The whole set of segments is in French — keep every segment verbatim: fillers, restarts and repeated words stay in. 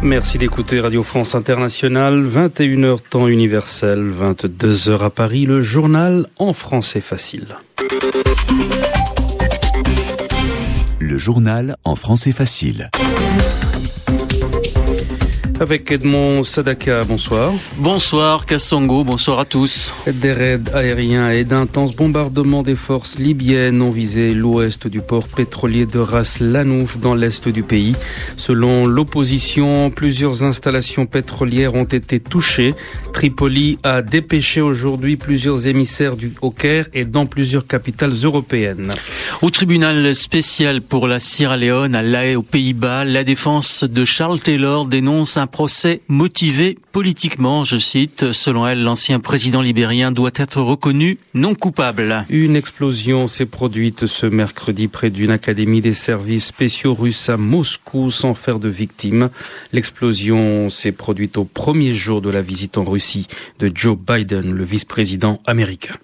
Merci d'écouter Radio France Internationale, vingt et une heures temps universel, vingt-deux heures à Paris, le journal en français facile. Le journal en français facile. Avec Edmond Sadaka, bonsoir. Bonsoir Kassongo, bonsoir à tous. Des raids aériens et d'intenses bombardements des forces libyennes ont visé l'ouest du port pétrolier de Ras Lanouf dans l'est du pays. Selon l'opposition, plusieurs installations pétrolières ont été touchées. Tripoli a dépêché aujourd'hui plusieurs émissaires du au Caire et dans plusieurs capitales européennes. Au tribunal spécial pour la Sierra Leone à La Haye aux Pays-Bas, la défense de Charles Taylor dénonce un procès motivé politiquement, je cite. Selon elle, l'ancien président libérien doit être reconnu non coupable. Une explosion s'est produite ce mercredi près d'une académie des services spéciaux russes à Moscou sans faire de victimes. L'explosion s'est produite au premier jour de la visite en Russie de Joe Biden, le vice-président américain.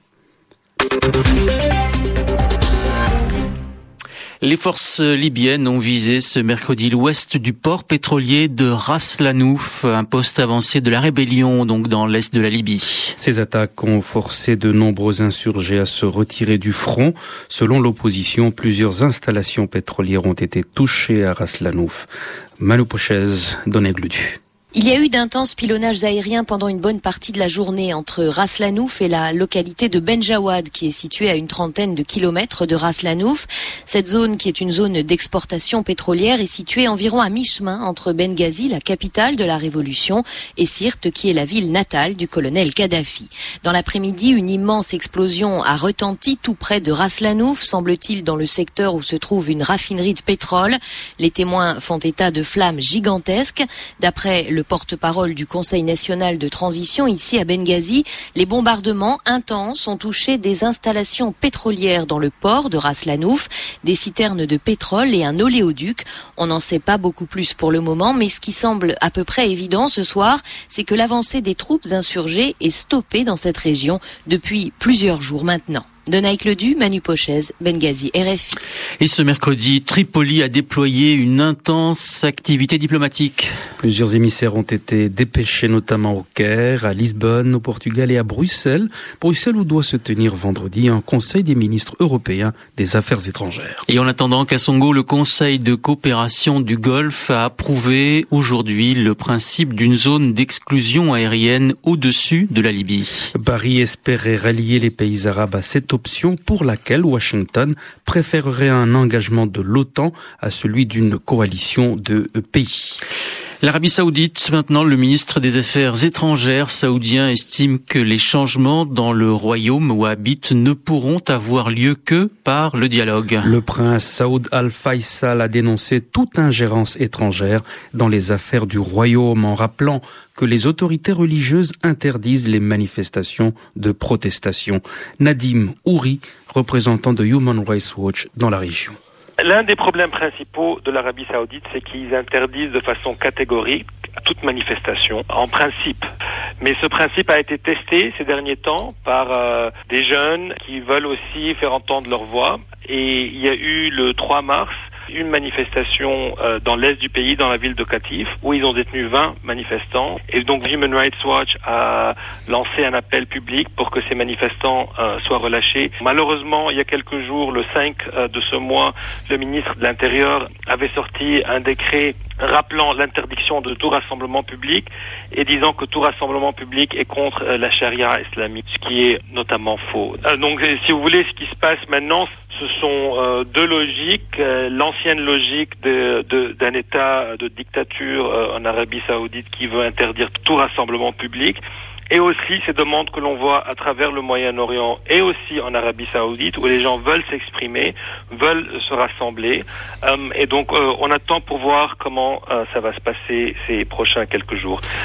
Les forces libyennes ont visé ce mercredi l'ouest du port pétrolier de Ras Lanouf, un poste avancé de la rébellion, donc dans l'est de la Libye. Ces attaques ont forcé de nombreux insurgés à se retirer du front. Selon l'opposition, plusieurs installations pétrolières ont été touchées à Ras Lanouf. Manu Pochez, Donegludu. Il y a eu d'intenses pilonnages aériens pendant une bonne partie de la journée entre Ras Lanouf et la localité de Benjawad, qui est située à une trentaine de kilomètres de Ras Lanouf. Cette zone, qui est une zone d'exportation pétrolière, est située environ à mi-chemin entre Benghazi, la capitale de la révolution, et Sirte, qui est la ville natale du colonel Kadhafi. Dans l'après-midi, une immense explosion a retenti tout près de Ras Lanouf, semble-t-il dans le secteur où se trouve une raffinerie de pétrole. Les témoins font état de flammes gigantesques. D'après le Le porte-parole du Conseil national de transition ici à Benghazi, les bombardements intenses ont touché des installations pétrolières dans le port de Ras Lanouf, des citernes de pétrole et un oléoduc. On n'en sait pas beaucoup plus pour le moment, mais ce qui semble à peu près évident ce soir, c'est que l'avancée des troupes insurgées est stoppée dans cette région depuis plusieurs jours maintenant. De Naïk-le-Du, Manu Pochez, Benghazi, R F I. Et ce mercredi, Tripoli a déployé une intense activité diplomatique. Plusieurs émissaires ont été dépêchés, notamment au Caire, à Lisbonne, au Portugal et à Bruxelles. Bruxelles où doit se tenir vendredi un conseil des ministres européens des affaires étrangères. Et en attendant, Kassongo, le Conseil de coopération du Golfe a approuvé aujourd'hui le principe d'une zone d'exclusion aérienne au-dessus de la Libye. Paris espérait rallier les pays arabes à cette option pour laquelle Washington préférerait un engagement de l'OTAN à celui d'une coalition de pays. L'Arabie Saoudite, maintenant, le ministre des Affaires étrangères saoudien estime que les changements dans le royaume wahhabite ne pourront avoir lieu que par le dialogue. Le prince Saoud Al-Faisal a dénoncé toute ingérence étrangère dans les affaires du royaume en rappelant que les autorités religieuses interdisent les manifestations de protestation. Nadim Ouri, représentant de Human Rights Watch dans la région. L'un des problèmes principaux de l'Arabie Saoudite, c'est qu'ils interdisent de façon catégorique toute manifestation, en principe. Mais ce principe a été testé ces derniers temps par euh, des jeunes qui veulent aussi faire entendre leur voix. Et il y a eu le trois mars une manifestation euh, dans l'est du pays, dans la ville de Qatif, où ils ont détenu vingt manifestants. Et donc Human Rights Watch a lancé un appel public pour que ces manifestants euh, soient relâchés. Malheureusement, il y a quelques jours, le cinq euh, de ce mois, le ministre de l'Intérieur avait sorti un décret rappelant l'interdiction de tout rassemblement public et disant que tout rassemblement public est contre euh, la charia islamique, ce qui est notamment faux. Euh, donc, si vous voulez, ce qui se passe maintenant, ce sont euh, deux logiques. Euh, l'ancienne logique de, de, d'un État de dictature euh, en Arabie Saoudite qui veut interdire tout rassemblement public. Et aussi ces demandes que l'on voit à travers le Moyen-Orient et aussi en Arabie Saoudite où les gens veulent s'exprimer, veulent se rassembler. Euh, et donc euh, on attend pour voir comment euh, ça va se passer ces prochains quelques jours.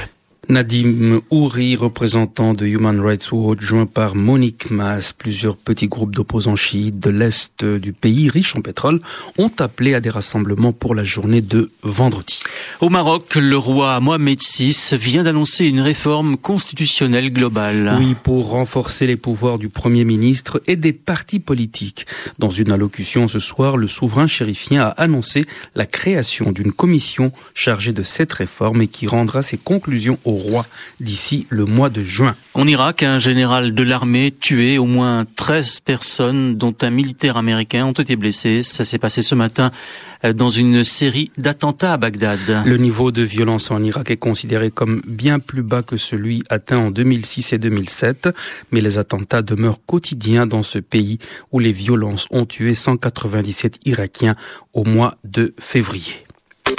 Nadim Ouri, représentant de Human Rights Watch, joint par Monique Mas. Plusieurs petits groupes d'opposants chiites de l'Est du pays, riche en pétrole, ont appelé à des rassemblements pour la journée de vendredi. Au Maroc, le roi Mohamed six vient d'annoncer une réforme constitutionnelle globale. Oui, pour renforcer les pouvoirs du Premier ministre et des partis politiques. Dans une allocution ce soir, le souverain chérifien a annoncé la création d'une commission chargée de cette réforme et qui rendra ses conclusions au roi d'ici le mois de juin. En Irak, un général de l'armée tué, au moins treize personnes, dont un militaire américain, ont été blessés. Ça s'est passé ce matin dans une série d'attentats à Bagdad. Le niveau de violence en Irak est considéré comme bien plus bas que celui atteint en deux mille six et deux mille sept, mais les attentats demeurent quotidiens dans ce pays où les violences ont tué cent quatre-vingt-dix-sept Irakiens au mois de février.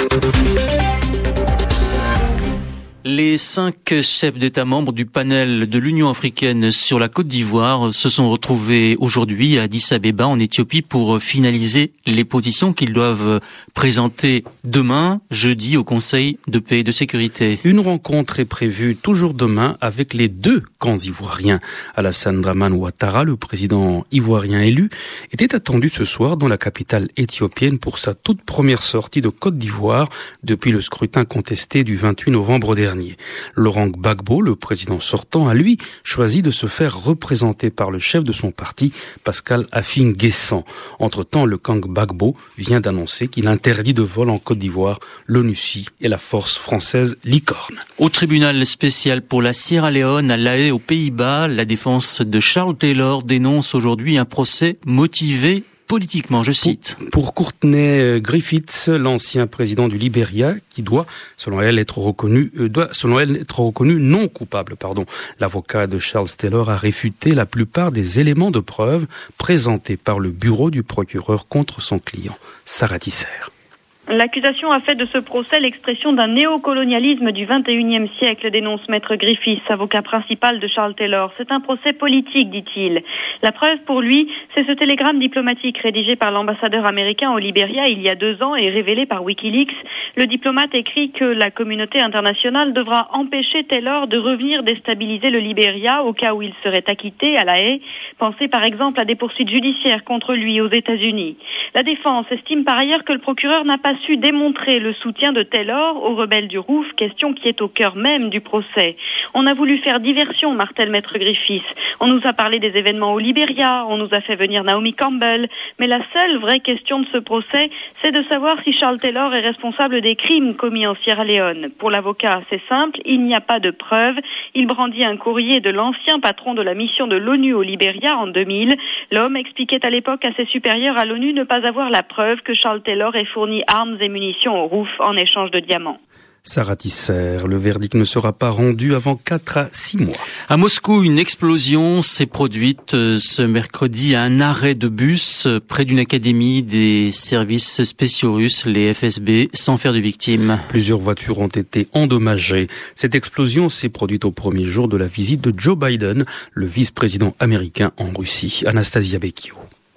Les cinq chefs d'État membres du panel de l'Union africaine sur la Côte d'Ivoire se sont retrouvés aujourd'hui à Addis-Abeba en Éthiopie pour finaliser les positions qu'ils doivent présenter demain, jeudi, au Conseil de paix et de sécurité. Une rencontre est prévue toujours demain avec les deux camps ivoiriens. Alassane Dramane Ouattara, le président ivoirien élu, était attendu ce soir dans la capitale éthiopienne pour sa toute première sortie de Côte d'Ivoire depuis le scrutin contesté du vingt-huit novembre dernier. Laurent Gbagbo, le président sortant, a lui choisi de se faire représenter par le chef de son parti, Pascal Affi-N'Guessan. Entre-temps, le camp Gbagbo vient d'annoncer qu'il interdit de vol en Côte d'Ivoire l'ONUCI et la force française Licorne. Au tribunal spécial pour la Sierra Leone à La Haye aux Pays-Bas, la défense de Charles Taylor dénonce aujourd'hui un procès motivé politiquement, je cite. Pour, pour Courtney Griffiths, l'ancien président du Libéria, qui doit, selon elle, être reconnu, euh, doit, selon elle, être reconnu non coupable, pardon. L'avocat de Charles Taylor a réfuté la plupart des éléments de preuve présentés par le bureau du procureur contre son client, Sarah Tisser. L'accusation a fait de ce procès l'expression d'un néocolonialisme du vingt et unième siècle, dénonce Maître Griffiths, avocat principal de Charles Taylor. C'est un procès politique, dit-il. La preuve pour lui, c'est ce télégramme diplomatique rédigé par l'ambassadeur américain au Libéria il y a deux ans et révélé par Wikileaks. Le diplomate écrit que la communauté internationale devra empêcher Taylor de revenir déstabiliser le Libéria au cas où il serait acquitté à La Haye. Pensez par exemple à des poursuites judiciaires contre lui aux États-Unis. La défense estime par ailleurs que le procureur n'a pas su démontrer le soutien de Taylor aux rebelles du Rouf, question qui est au cœur même du procès. On a voulu faire diversion, martèle Maître Griffiths. On nous a parlé des événements au Libéria, on nous a fait venir Naomi Campbell, mais la seule vraie question de ce procès, c'est de savoir si Charles Taylor est responsable des crimes commis en Sierra Leone. Pour l'avocat, c'est simple, il n'y a pas de preuves. Il brandit un courrier de l'ancien patron de la mission de l'ONU au Libéria en deux mille. L'homme expliquait à l'époque à ses supérieurs à l'ONU ne pas avoir la preuve que Charles Taylor ait fourni armes et munitions au Rouf en échange de diamants. Sarah Tisser, le verdict ne sera pas rendu avant quatre à six mois. À Moscou, une explosion s'est produite ce mercredi à un arrêt de bus près d'une académie des services spéciaux russes, les F S B, sans faire de victimes. Plusieurs voitures ont été endommagées. Cette explosion s'est produite au premier jour de la visite de Joe Biden, le vice-président américain en Russie. Anastasia Becchio.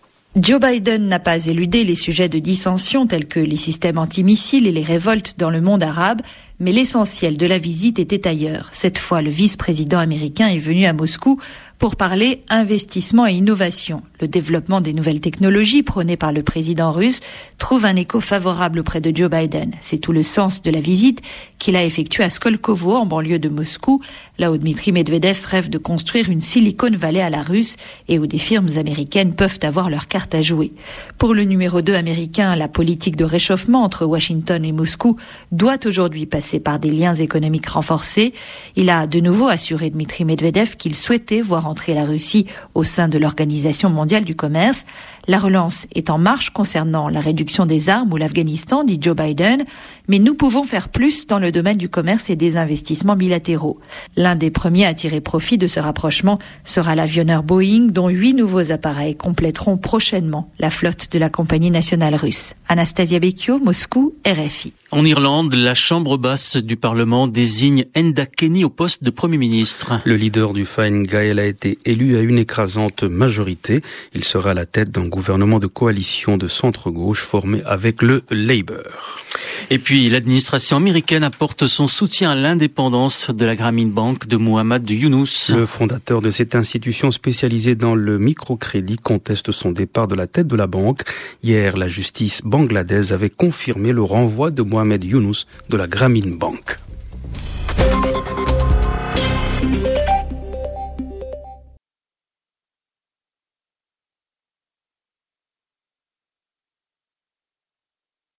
Joe Biden n'a pas éludé les sujets de dissension tels que les systèmes antimissiles et les révoltes dans le monde arabe, mais l'essentiel de la visite était ailleurs. Cette fois, le vice-président américain est venu à Moscou pour parler investissement et innovation. Le développement des nouvelles technologies prônées par le président russe trouve un écho favorable auprès de Joe Biden. C'est tout le sens de la visite qu'il a effectuée à Skolkovo, en banlieue de Moscou, là où Dmitri Medvedev rêve de construire une Silicon Valley à la russe et où des firmes américaines peuvent avoir leur carte à jouer. Pour le numéro deux américain, la politique de réchauffement entre Washington et Moscou doit aujourd'hui passer par des liens économiques renforcés. Il a de nouveau assuré Dmitri Medvedev qu'il souhaitait voir entrer la Russie au sein de l'Organisation mondiale du commerce. La relance est en marche concernant la réduction des armes ou l'Afghanistan, dit Joe Biden, mais nous pouvons faire plus dans le domaine du commerce et des investissements bilatéraux. L'un des premiers à tirer profit de ce rapprochement sera l'avionneur Boeing, dont huit nouveaux appareils compléteront prochainement la flotte de la compagnie nationale russe. Anastasia Becchio, Moscou, R F I. En Irlande, la Chambre basse du Parlement désigne Enda Kenny au poste de Premier ministre. Le leader du Fine Gael a été élu à une écrasante majorité. Il sera à la tête d'un gouvernement de coalition de centre-gauche formé avec le Labour. Et puis, l'administration américaine apporte son soutien à l'indépendance de la Grameen Bank de Mohamed Younous. Le fondateur de cette institution spécialisée dans le microcrédit conteste son départ de la tête de la banque. Hier, la justice bangladaise avait confirmé le renvoi de Mohamed Younous de la Grameen Bank.